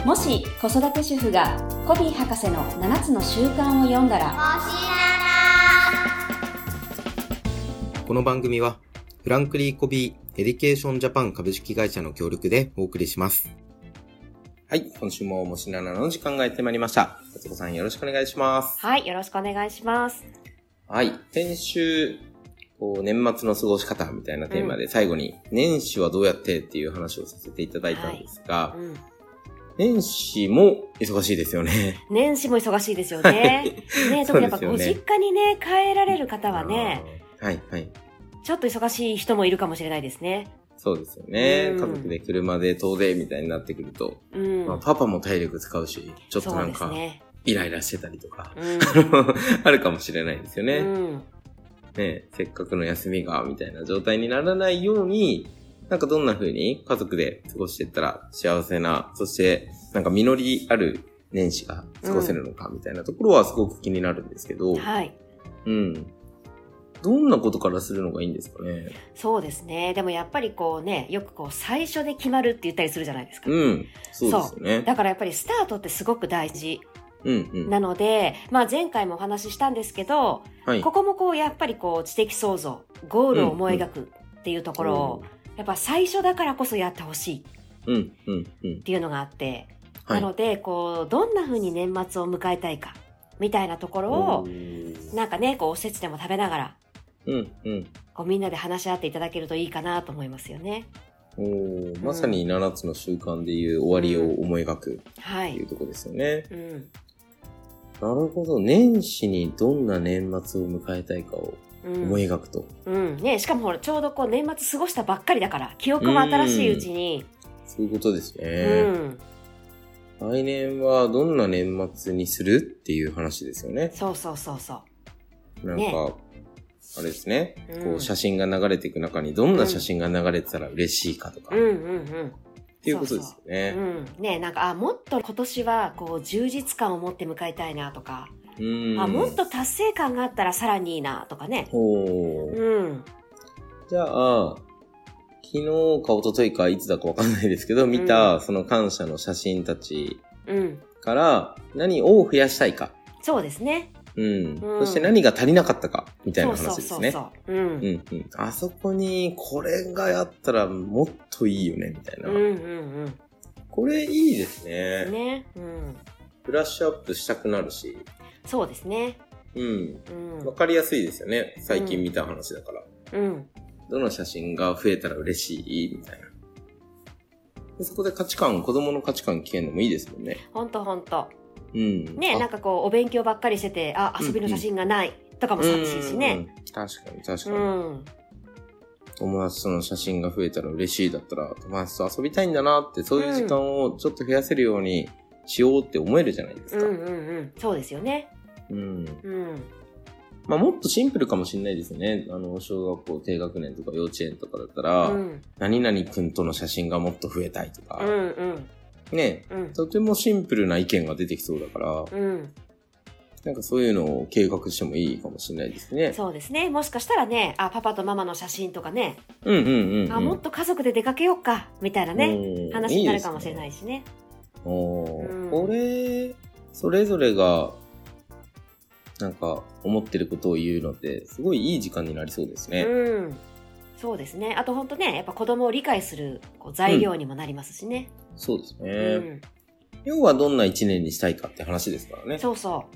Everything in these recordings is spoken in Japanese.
もし子育て主婦がコビー博士の7つの習慣を読んだら。 この番組はフランクリー・コビー・エディケーション・ジャパン株式会社の協力でお送りします。はい、今週ももしななの時間がやってまいりました。達子さんよろしくお願いします。 はい、よろしくお願いします。 はい、先週年末の過ごし方みたいなテーマで最後に年始はどうやってっていう話をさせていただいたんですが、年始も忙しいですよね。 年始も忙しいですよね。ね、特にやっぱご実家にね、帰られる方はね、 はいはい。 ちょっと忙しい人もいるかもしれないですね。 そうですよね。家族で車で遠出みたいになってくると、パパも体力使うし、ちょっとなんかイライラしてたりとか、あるかもしれないですよね。ね、せっかくの休みがみたいな状態にならないように、なんかどんな風に家族で過ごしていったら幸せな、そしてなんか実りある年始が過ごせるのかみたいなところはすごく気になるんですけど、 はい。 どんなことからするのがいいんですかね。 そうですね。でもやっぱりよく最初で決まるって言ったりするじゃないですか。 そうですよね。 だからやっぱりスタートってすごく大事。なので、前回もお話ししたんですけど、ここもやっぱり知的創造、ゴールを思い描くっていうところを、やっぱ最初だからこそやってほしいっていうのがあって、なので、どんな風に年末を迎えたいか、みたいなところを、なんかね、おせちでも食べながら、みんなで話し合っていただけるといいかなと思いますよね。 まさに7つの習慣でいう終わりを思い描くっていうところですよね。なるほど。年始にどんな年末を迎えたいかを思い描くと。 ね、しかもちょうど年末過ごしたばっかりだから、記憶も新しいうちに。 そういうことですね。来年はどんな年末にするっていう話ですよね。 そう。 なんか、あれですね。写真が流れていく中にどんな写真が流れてたら嬉しいかとか。っていうことですよね。 ね、なんか、もっと今年は充実感を持って迎えたいなとか、もっと達成感があったらさらにいいなとかね。 じゃあ、昨日か一昨日かいつだかわかんないですけど、見たその感謝の写真たちから何を増やしたいか。 そうですね。 そして何が足りなかったかみたいな話ですね。あそこにこれがやったらもっといいよねみたいな。これいいですね。ブラッシュアップしたくなるし。そうですね。わかりやすいですよね。最近見た話だから。どの写真が増えたら嬉しいみたいな。でそこで子供の価値観聞けるのもいいですもんね。 ほんと。ね、なんかお勉強ばっかりしてて、遊びの写真がないとかも寂しいしね。 確かに。友達との写真が増えたら嬉しいだったら、友達と遊びたいんだなって、そういう時間をちょっと増やせるようにしようって思えるじゃないですか。 そうですよね。 もっとシンプルかもしれないですね。小学校低学年とか幼稚園とかだったら、何々くんとの写真がもっと増えたいとか、とてもシンプルな意見が出てきそうだから、なんかそういうのを計画してもいいかもしれないですね。 そうですね。もしかしたらね、パパとママの写真とかね、もっと家族で出かけようか、みたいなね、話になるかもしれないしね。 これ、それぞれが、なんか思ってることを言うのってすごいいい時間になりそうですね。 そうですね。あと本当ね、やっぱ子供を理解する材料にもなりますしね。 そうですね。要はどんな一年にしたいかって話ですからね。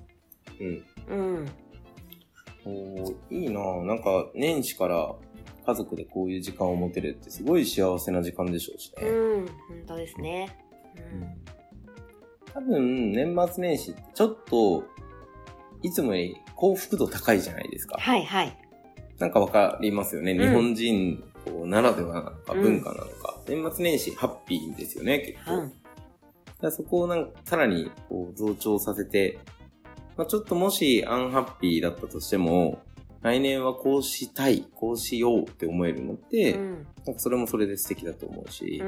いいなぁ。なんか年始から家族でこういう時間を持てるってすごい幸せな時間でしょうしね。 本当ですね。 多分年末年始ってちょっといつもより幸福度高いじゃないですか。なんかわかりますよね。日本人ならではなのか文化なのか。年末年始ハッピーですよね、結構。だそこをさらに増長させて、ちょっともしアンハッピーだったとしても、来年はこうしたい、こうしようって思えるのって、なんかそれもそれで素敵だと思うし、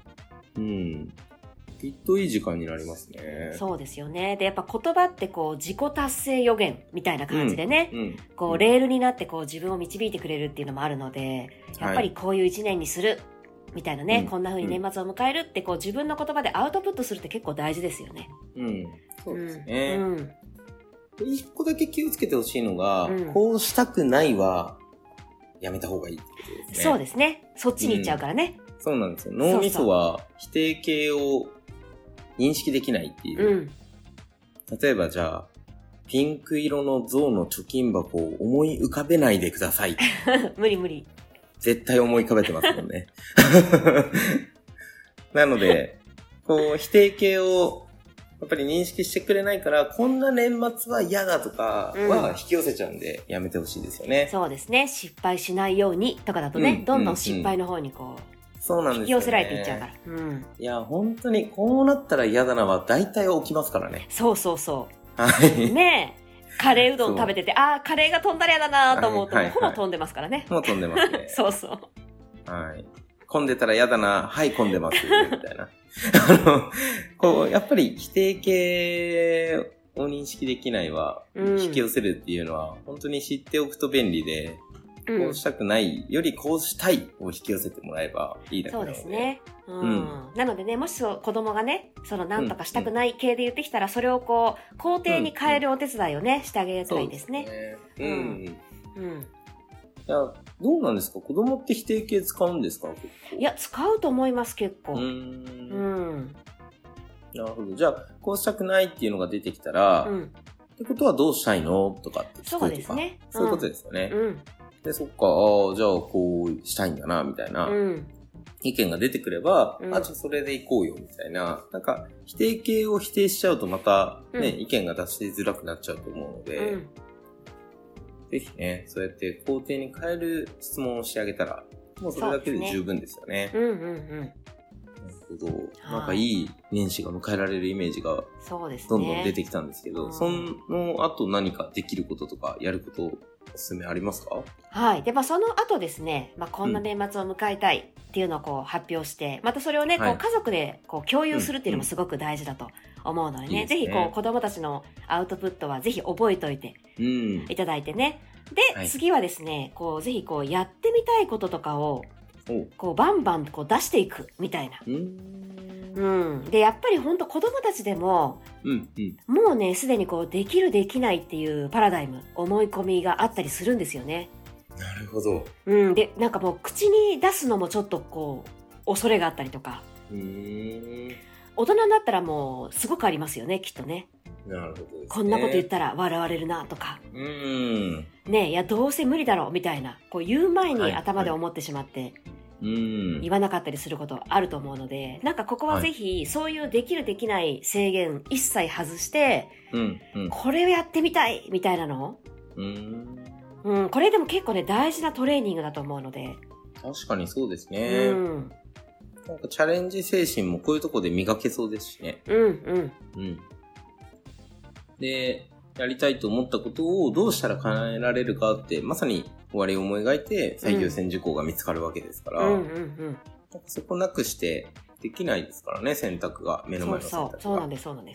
きっといい時間になりますね。 そうですよね。で、やっぱ言葉って自己達成予言みたいな感じでね、レールになって自分を導いてくれるっていうのもあるので、やっぱりこういう一年にするみたいなね、こんな風に年末を迎えるってこう自分の言葉でアウトプットするって結構大事ですよね。 そうですね。一個だけ気をつけてほしいのが、こうしたくないはやめた方がいいってことですね。 そうですね。そっちに行っちゃうからね。 そうなんですよ。脳みそは否定形を認識できないっていう。例えばじゃあ、ピンク色の象の貯金箱を思い浮かべないでください。 無理。 絶対思い浮かべてますもんね。なので、こう、否定形をやっぱり認識してくれないから、こんな年末は嫌だとかは引き寄せちゃうんで、やめてほしいですよね。 そうですね。失敗しないようにとかだとね、どんどん失敗の方にこう、 そうなんですよね。 引き寄せられていっちゃうから。 いや、本当にこうなったら嫌だなは大体起きますからね。 そう。はい。ねえ。カレーうどん食べてて、カレーが飛んだら嫌だなと思うと、ほぼ飛んでますからね。 もう飛んでますね。 そう。 はい。混んでたら嫌だな、はい混んでます、みたいな。こう、やっぱり否定形を認識できないは、引き寄せるっていうのは、本当に知っておくと便利で、こうしたくないよりこうしたいを引き寄せてもらえばいいだけなので。 そうですね。なのでね、もし子供がね、そのなんとかしたくない系で言ってきたら、それをこう、肯定に変えるお手伝いをね、してあげたいですね。 いや、どうなんですか？子供って否定形使うんですか？ いや、使うと思います、結構。 なるほど。じゃあ、こうしたくないっていうのが出てきたら、ってことはどうしたいのとかって聞くとか。 そうですね。 そういうことですよね。で、そっか、じゃあこうしたいんだな、みたいな。意見が出てくれば、じゃあそれで行こうよ、みたいな。なんか、否定形を否定しちゃうとまたね、意見が出しづらくなっちゃうと思うので、ぜひね、そうやって肯定に変える質問をしてあげたら、もうそれだけで十分ですよね。なるほど。なんかいい年始が迎えられるイメージが、どんどん出てきたんですけど、その後何かできることとか、やることおすすめありますか？ はい。で、その後ですね、こんな年末を迎えたいっていうのをこう発表して、またそれをね、こう家族でこう共有するっていうのもすごく大事だと思うのでね、ぜひこう子供たちのアウトプットはぜひ覚えておいていただいてね。で、次はですね、こうぜひこうやってみたいこととかをこうバンバンこう出していくみたいな。で、やっぱり本当子供たちでも、もうね、すでにこうできるできないっていうパラダイム、思い込みがあったりするんですよね。 なるほど。 で、なんかもう口に出すのもちょっとこう、恐れがあったりとか。大人になったらもうすごくありますよね、きっとね。 なるほどですね。 こんなこと言ったら笑われるなとか。ねえ、いやどうせ無理だろうみたいな、こう言う前に頭で思ってしまって、言わなかったりすることあると思うので、なんかここはぜひ、そういうできるできない制限一切外して、これをやってみたいみたいなのこれでも結構ね、大事なトレーニングだと思うので。 確かにそうですね。なんかチャレンジ精神もこういうとこで磨けそうですしね。で、やりたいと思ったことをどうしたら叶えられるかって、まさに終わりを思い描いて最優先事項が見つかるわけですから、そこなくしてできないですからね、選択が、目の前の選択が。 そうなんです、そうなんです。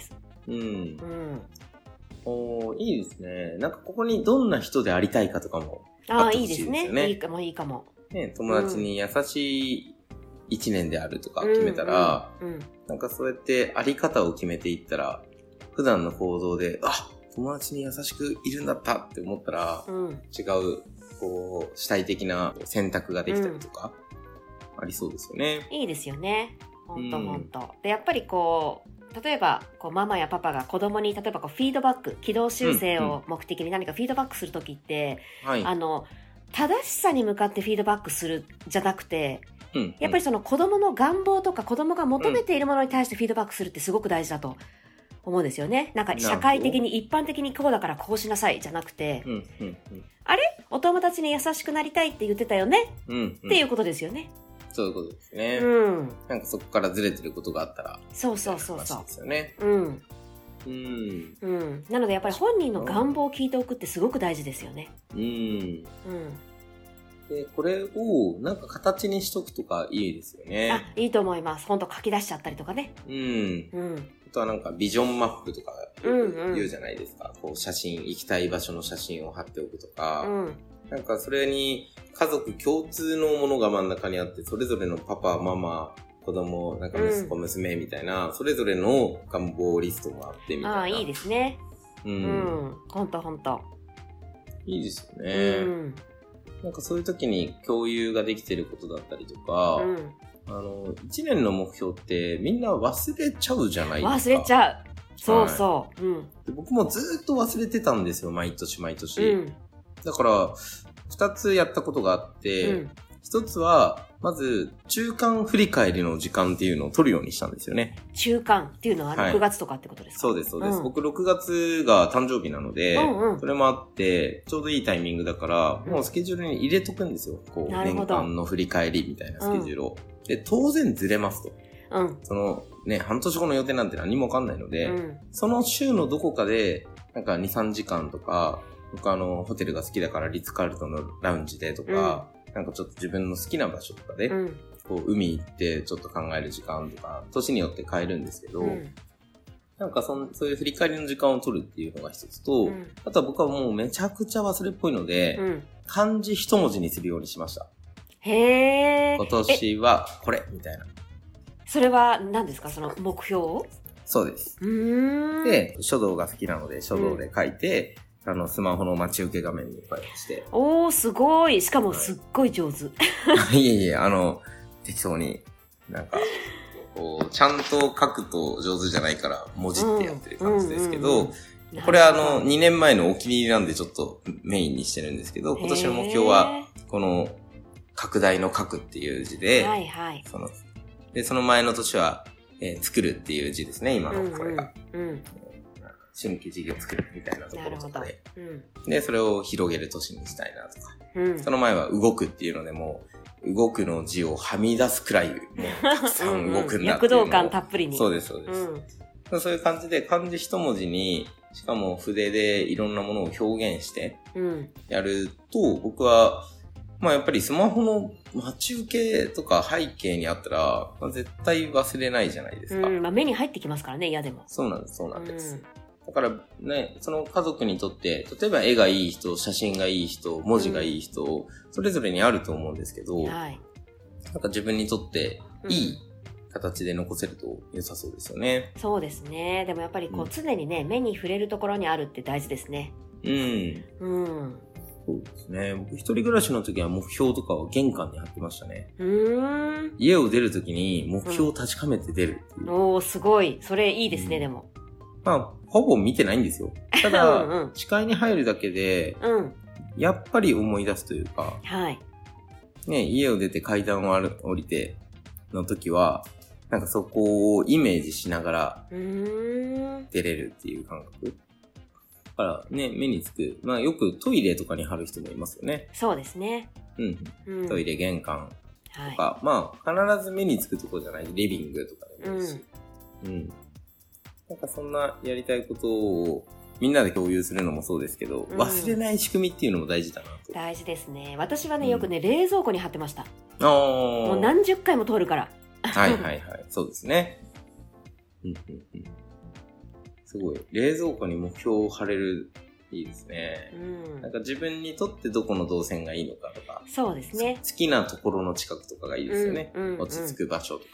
いいですね。なんかここにどんな人でありたいかとかもあってほしいですよね。 いいですね。いいかも、いいかも。 ね、友達に優しい一年であるとか決めたら、なんかそうやってあり方を決めていったら、普段の行動で、友達に優しくいるんだったって思ったら、違う、こう、主体的な選択ができたりとか、ありそうですよね。 いいですよね。ほんと。で、やっぱりこう、例えば、こう、ママやパパが子供に、例えばこう、フィードバック、軌道修正を目的に何かフィードバックするときって、正しさに向かってフィードバックするじゃなくて、やっぱりその子供の願望とか子供が求めているものに対してフィードバックするってすごく大事だと思うんですよね。なんか社会的に一般的にこうだからこうしなさいじゃなくて、あれ？お友達に優しくなりたいって言ってたよね、っていうことですよね。 そういうことですね。なんかそこからずれてることがあったら。そう。ですよね。 なのでやっぱり本人の願望を聞いておくってすごく大事ですよね。 で、これをなんか形にしとくとかいいですよね。 いいと思います。本当書き出しちゃったりとかね。 あとはなんかビジョンマップとか言うじゃないですか。こう写真、行きたい場所の写真を貼っておくとか。 なんかそれに家族共通のものが真ん中にあって、それぞれのパパ、ママ、子供、なんか息子、娘みたいな、それぞれの願望リストがあってみたいな。 ああ、いいですね。ほんと。 いいですよね。なんかそういう時に共有ができてることだったりとか、1年の目標ってみんな忘れちゃうじゃないですか。 忘れちゃう。そうそう。 で僕もずっと忘れてたんですよ、毎年。だから、2つやったことがあって、1つは、まず、中間振り返りの時間っていうのを取るようにしたんですよね。 中間っていうのは6月とかってことですか？ そうです。僕6月が誕生日なので、それもあって、ちょうどいいタイミングだから、もうスケジュールに入れとくんですよ。こう、年間の振り返りみたいなスケジュールを。で、当然ずれますと。その、ね、半年後の予定なんて何もわかんないので、その週のどこかで、なんか2、3時間とか、僕ホテルが好きだからリッツカールトンのラウンジでとか、なんかちょっと自分の好きな場所とかで、こう海行ってちょっと考える時間とか、年によって変えるんですけど、なんかそういう振り返りの時間を取るっていうのが一つと、あとは僕はもうめちゃくちゃ忘れっぽいので、漢字一文字にするようにしました。 へー。 今年はこれみたいな。 それは何ですか？その目標？ そうです。で、書道が好きなので書道で書いて、スマホの待ち受け画面にこうやってして。 おー、すごい。しかもすっごい上手。 いえ、適当に、なんか、こう、ちゃんと書くと上手じゃないから、文字ってやってる感じですけど、これ2年前のお気に入りなんでちょっとメインにしてるんですけど、今年の目標は、この、拡大の書くっていう字で、その前の年は、作るっていう字ですね、今のこれが。春季事業作るみたいなところとかで。で、それを広げる年にしたいなとか。その前は動くっていうのでもう、動くの字をはみ出すくらい、もうたくさん動くんだっていうのを。 躍動感たっぷりに。 そうです。そういう感じで漢字一文字に、しかも筆でいろんなものを表現してやると、僕は、まあやっぱりスマホの待ち受けとか背景にあったら、絶対忘れないじゃないですか。 まあ目に入ってきますからね、嫌でも。 そうなんです。だからね、その家族にとって、例えば絵がいい人、写真がいい人、文字がいい人、それぞれにあると思うんですけど、なんか自分にとっていい形で残せると良さそうですよね。 そうですね。でもやっぱりこう常にね、目に触れるところにあるって大事ですね。 そうですね。僕一人暮らしの時は目標とかを玄関に貼ってましたね。家を出る時に目標を確かめて出るっていう。 おー、すごい。それいいですね、でも。 まあ、ほぼ見てないんですよ。ただ、視界に入るだけで、やっぱり思い出すというか、ね、家を出て階段を降りての時は、なんかそこをイメージしながら出れるっていう感覚。だからね、目につく。まあよくトイレとかに貼る人もいますよね。 そうですね。 トイレ、玄関とか、まあ必ず目につくところじゃない、リビングとかでもいいし。なんかそんなやりたいことをみんなで共有するのもそうですけど、忘れない仕組みっていうのも大事だなと。 大事ですね。私はね、よくね、冷蔵庫に貼ってました。もう何十回も通るから。 そうですね。すごい。冷蔵庫に目標を貼れる、いいですね。なんか自分にとってどこの動線がいいのかとか。 そうですね。 好きなところの近くとかがいいですよね。落ち着く場所とか。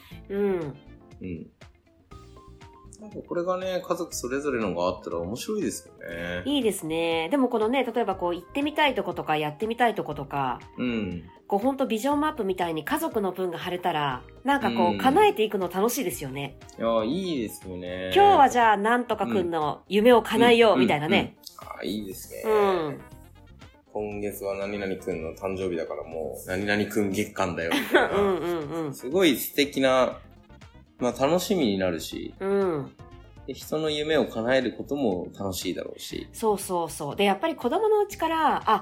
なんかこれがね、家族それぞれのがあったら面白いですよね。 いいですね。でもこのね、例えばこう行ってみたいとことかやってみたいとことか、こうほんとビジョンマップみたいに家族の分が貼れたら、なんかこう叶えていくの楽しいですよね。 いや、いいですよね。 今日はじゃあなんとかくんの夢を叶えようみたいなね。 いいですね。今月は何々くんの誕生日だからもう何々くん月間だよみたいな。すごい素敵な、まあ楽しみになるし、で人の夢を叶えることも楽しいだろうし。 そう。で、やっぱり子供のうちから、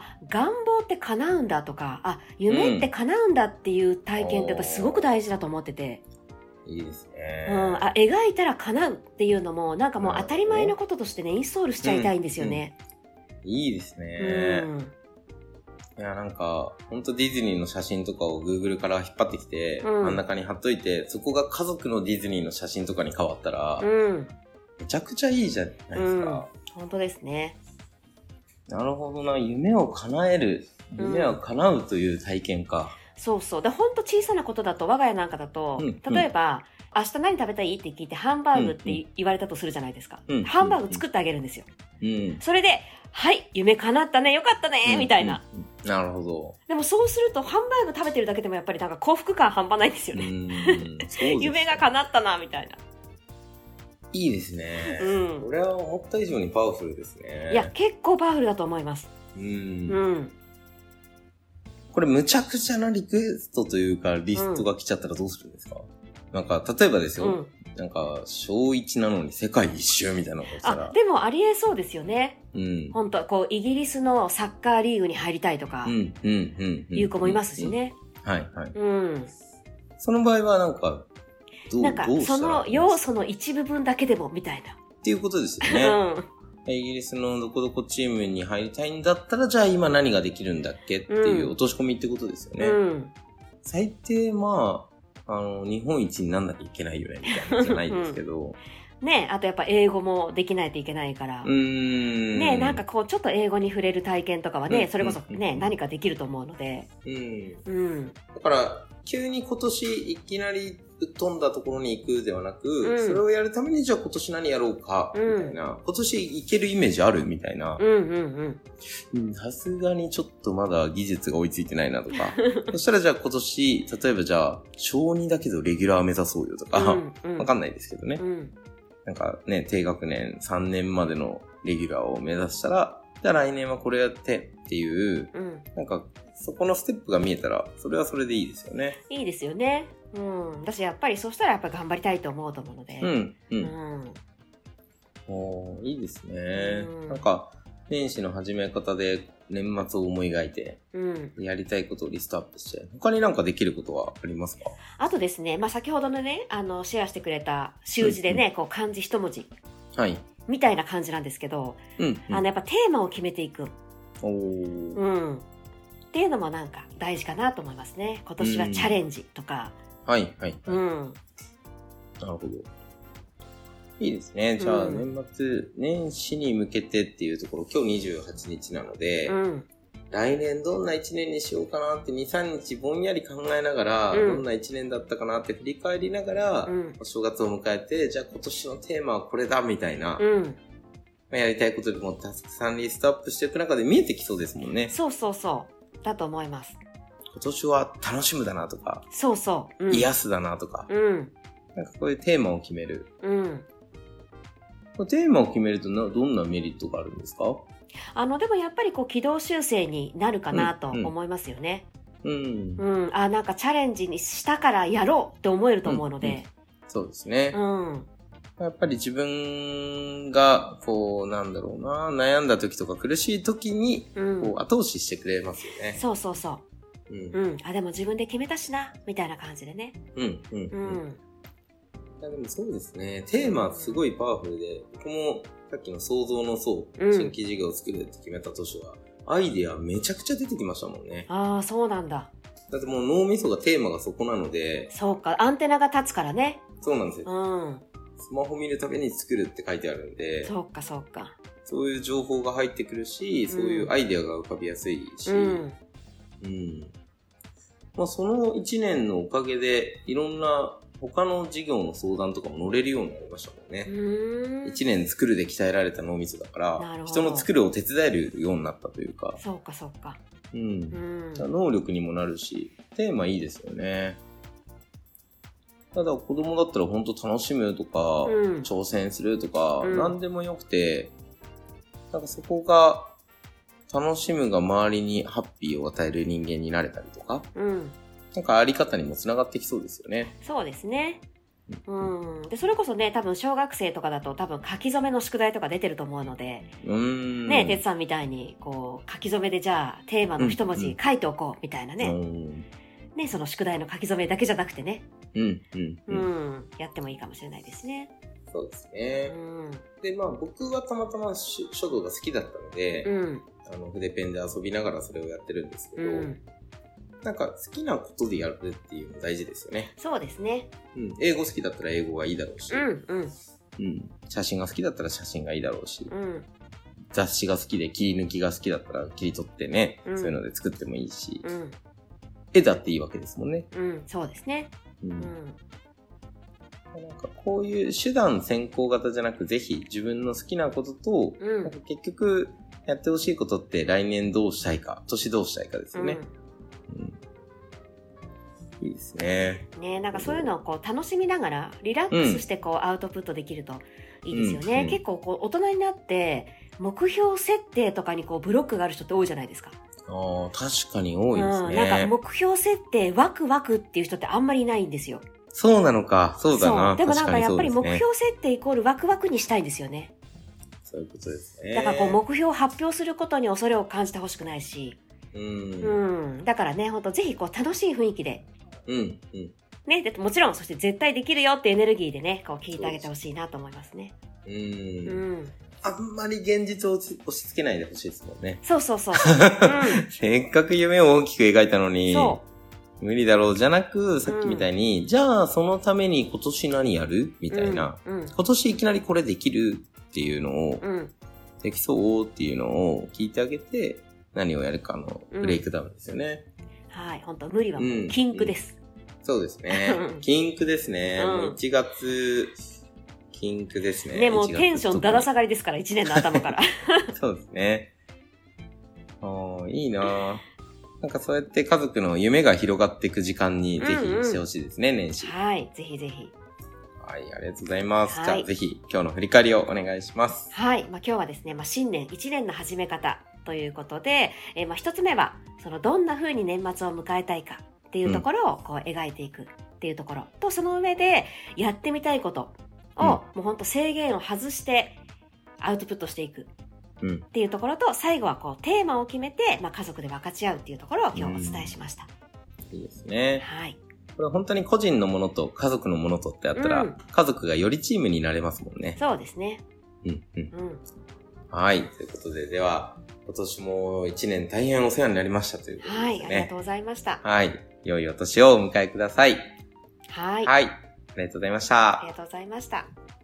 願望って叶うんだとか、夢って叶うんだっていう体験ってやっぱすごく大事だと思ってて。 いいですね。 描いたら叶うっていうのも、なんかもう当たり前のこととしてね、インストールしちゃいたいんですよね。 いいですね。いや、なんか、ほんとディズニーの写真とかを Google から引っ張ってきて、真ん中に貼っといて、そこが家族のディズニーの写真とかに変わったら、めちゃくちゃいいじゃないですか。 本当ですね。 なるほどな、夢を叶える夢は叶うという体験か。 そうそう。で、ほんと小さなことだと、我が家なんかだと、例えば、明日何食べたいって聞いて、ハンバーグって言われたとするじゃないですか。ハンバーグ作ってあげるんですよ。それで、はい、夢叶ったね、よかったね、みたいな。 なるほど。 でもそうすると、ハンバーグ食べてるだけでもやっぱりなんか幸福感半端ないんですよね。夢が叶ったな、みたいな。 いいですね。これは思った以上にパワフルですね。 いや、結構パワフルだと思います。 これむちゃくちゃなリクエストというか、リストが来ちゃったらどうするんですか？なんか、例えばですよ。なんか、小1なのに世界一周みたいなことしたら。 でもありえそうですよね。本当こう、イギリスのサッカーリーグに入りたいとか、いう子もいますしね。 はいはい。その場合はなんか、 なんか、その要素の一部分だけでも、みたいな。 っていうことですよね。イギリスのどこどこチームに入りたいんだったら、じゃあ今何ができるんだっけっていう落とし込みってことですよね。最低まあ、日本一になんなきゃいけないよね、みたいなじゃないですけど。 ね、あとやっぱ英語もできないといけないから。ね、なんかこう、ちょっと英語に触れる体験とかはね、それこそね、何かできると思うので。 だから、急に今年いきなりぶっ飛んだところに行くではなく、それをやるためにじゃあ今年何やろうか、みたいな。今年行けるイメージあるみたいな。さすがにちょっとまだ技術が追いついてないなとか。そしたらじゃあ今年、例えばじゃあ、小2だけどレギュラー目指そうよとか、わかんないですけどね。なんかね、低学年3年までのレギュラーを目指したら、じゃあ来年はこれやってっていう、なんかそこのステップが見えたら、それはそれでいいですよね。 いいですよね。私やっぱりそうしたらやっぱり頑張りたいと思うと思うので。 いいですね。なんか、年始の始め方で年末を思い描いて、やりたいことをリストアップして、他になんかできることはありますか？ あとですね、まあ先ほどのね、シェアしてくれた習字でね、こう漢字一文字。みたいな感じなんですけど、やっぱテーマを決めていく。っていうのもなんか大事かなと思いますね。今年はチャレンジとか。なるほど。 いいですね。じゃあ、年末年始に向けてっていうところ、今日28日なので、来年どんな1年にしようかなって2、3日ぼんやり考えながら、どんな1年だったかなって振り返りながら、お正月を迎えて、じゃあ今年のテーマはこれだみたいな、やりたいことでもたくさんリストアップしていく中で見えてきそうですもんね。 そうそうそう。だと思います。 今年は楽しむだなとか、 そうそう。 癒すだなとか、なんかこういうテーマを決める。テーマを決めるとどんなメリットがあるんですか？ でもやっぱりこう軌道修正になるかなと思いますよね。なんかチャレンジにしたからやろうって思えると思うので。 そうですね。やっぱり自分が、こう、なんだろうな、悩んだ時とか苦しい時に、こう後押ししてくれますよね。 そうそうそう。でも自分で決めたしな、みたいな感じでね。 でもそうですね。テーマすごいパワフルで、僕もさっきの創造の層、新規事業を作るって決めた年は、アイデアめちゃくちゃ出てきましたもんね。 ああ、そうなんだ。 だってもう脳みそがテーマがそこなので。 そうか、アンテナが立つからね。 そうなんですよ。スマホ見るために作るって書いてあるんで。 そうか、そうか。 そういう情報が入ってくるし、そういうアイデアが浮かびやすいし。まあその1年のおかげで、いろんな他の事業の相談とかも乗れるようになりましたもんね。1年作るで鍛えられた脳みそだから、人の作るを手伝えるようになったというか。 そうか、そうか。 能力にもなるし、テーマいいですよね。ただ子供だったら本当楽しむとか、挑戦するとか、何でもよくて、なんかそこが楽しむが周りにハッピーを与える人間になれたりとか、なんかあり方にもつながってきそうですよね。 そうですね。で、それこそね、多分小学生とかだと多分書き初めの宿題とか出てると思うので、ね、てつさんみたいに、こう、書き初めでじゃあテーマの一文字書いておこうみたいなね。ね、その宿題の書き初めだけじゃなくてね。やってもいいかもしれないですね。 そうですね。で、まあ僕はたまたま書道が好きだったので、筆ペンで遊びながらそれをやってるんですけど、なんか好きなことでやるっていうの大事ですよね。 そうですね。 英語好きだったら英語がいいだろうし、写真が好きだったら写真がいいだろうし、 雑誌が好きで切り抜きが好きだったら切り取ってね、そういうので作ってもいいし、絵だっていいわけですもんね。 そうですね。なんかこういう手段先行型じゃなく、ぜひ自分の好きなことと、なんか結局やってほしいことって来年どうしたいか、年どうしたいかですよね。いいですね。 なんかそういうのをこう楽しみながらリラックスしてこうアウトプットできるといいですよね。結構こう大人になって目標設定とかにこうブロックがある人って多いじゃないですか。 確かに多いですね。 なんか目標設定ワクワクっていう人ってあんまりいないんですよ。 そうなのか。そうだな。 でもなんかやっぱり目標設定イコールワクワクにしたいんですよね。 そういうことですね。 だからこう目標を発表することに恐れを感じてほしくないし。だからね、本当ぜひこう楽しい雰囲気で。ね、でもちろんそして絶対できるよってエネルギーでね、こう聞いてあげてほしいなと思いますね。 あんまり現実を押し付けないでほしいですもんね。 そう。 せっかく夢を大きく描いたのに、無理だろうじゃなく、さっきみたいに、じゃあそのために今年何やるみたいな、今年いきなりこれできるっていうのを、できそうっていうのを聞いてあげて、何をやるかのブレイクダウンですよね。 はい、本当無理はもう禁句です。 そうですね。禁句ですね。もう1月、禁句ですね。 もうテンションだだ下がりですから、1年の頭から。 そうですね。いいななんかそうやって家族の夢が広がっていく時間にぜひしてほしいですね、年始。 はい、ぜひぜひ。 はい、ありがとうございます。じゃあぜひ今日の振り返りをお願いします。 はい、今日はですね、新年1年の始め方ということで、一つ目は、どんな風に年末を迎えたいかっていうところをこう描いていくっていうところと、その上でやってみたいことを、もう本当制限を外してアウトプットしていくっていうところと、最後はこうテーマを決めて、家族で分かち合うっていうところを今日お伝えしました。 いいですね。 はい。 これ本当に個人のものと家族のものとってあったら、家族がよりチームになれますもんね。 そうですね。 はい。ということで、では、今年も1年大変お世話になりましたということですね。はい、 ありがとうございました。 はい。良いお年をお迎えください。 はい。 はい。ありがとうございました。 ありがとうございました。